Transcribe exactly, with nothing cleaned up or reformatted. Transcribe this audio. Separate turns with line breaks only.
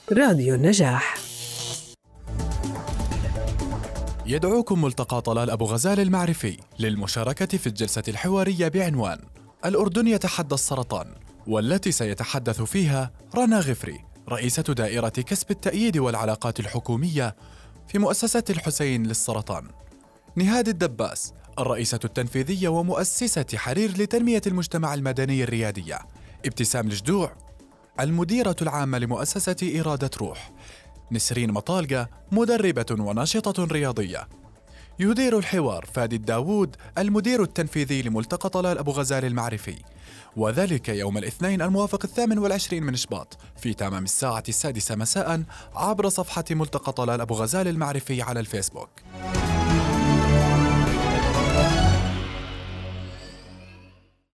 راديو النجاح.
يدعوكم ملتقى طلال أبو غزال المعرفي للمشاركة في الجلسة الحوارية بعنوان الأردن يتحدى السرطان، والتي سيتحدث فيها رنا غفري، رئيسة دائرة كسب التأييد والعلاقات الحكومية في مؤسسة الحسين للسرطان، نهاد الدباس، الرئيسة التنفيذية ومؤسسة حرير لتنمية المجتمع المدني الريادية، ابتسام الجدوع، المديرة العامة لمؤسسة إرادة روح، نسرين مطالقة، مدربة وناشطة رياضية. يدير الحوار فادي الداوود، المدير التنفيذي لملتقى طلال أبو غزال المعرفي، وذلك يوم الاثنين الموافق الثامن والعشرين من شباط في تمام الساعة السادسة مساء عبر صفحة ملتقى طلال أبو غزال المعرفي على الفيسبوك.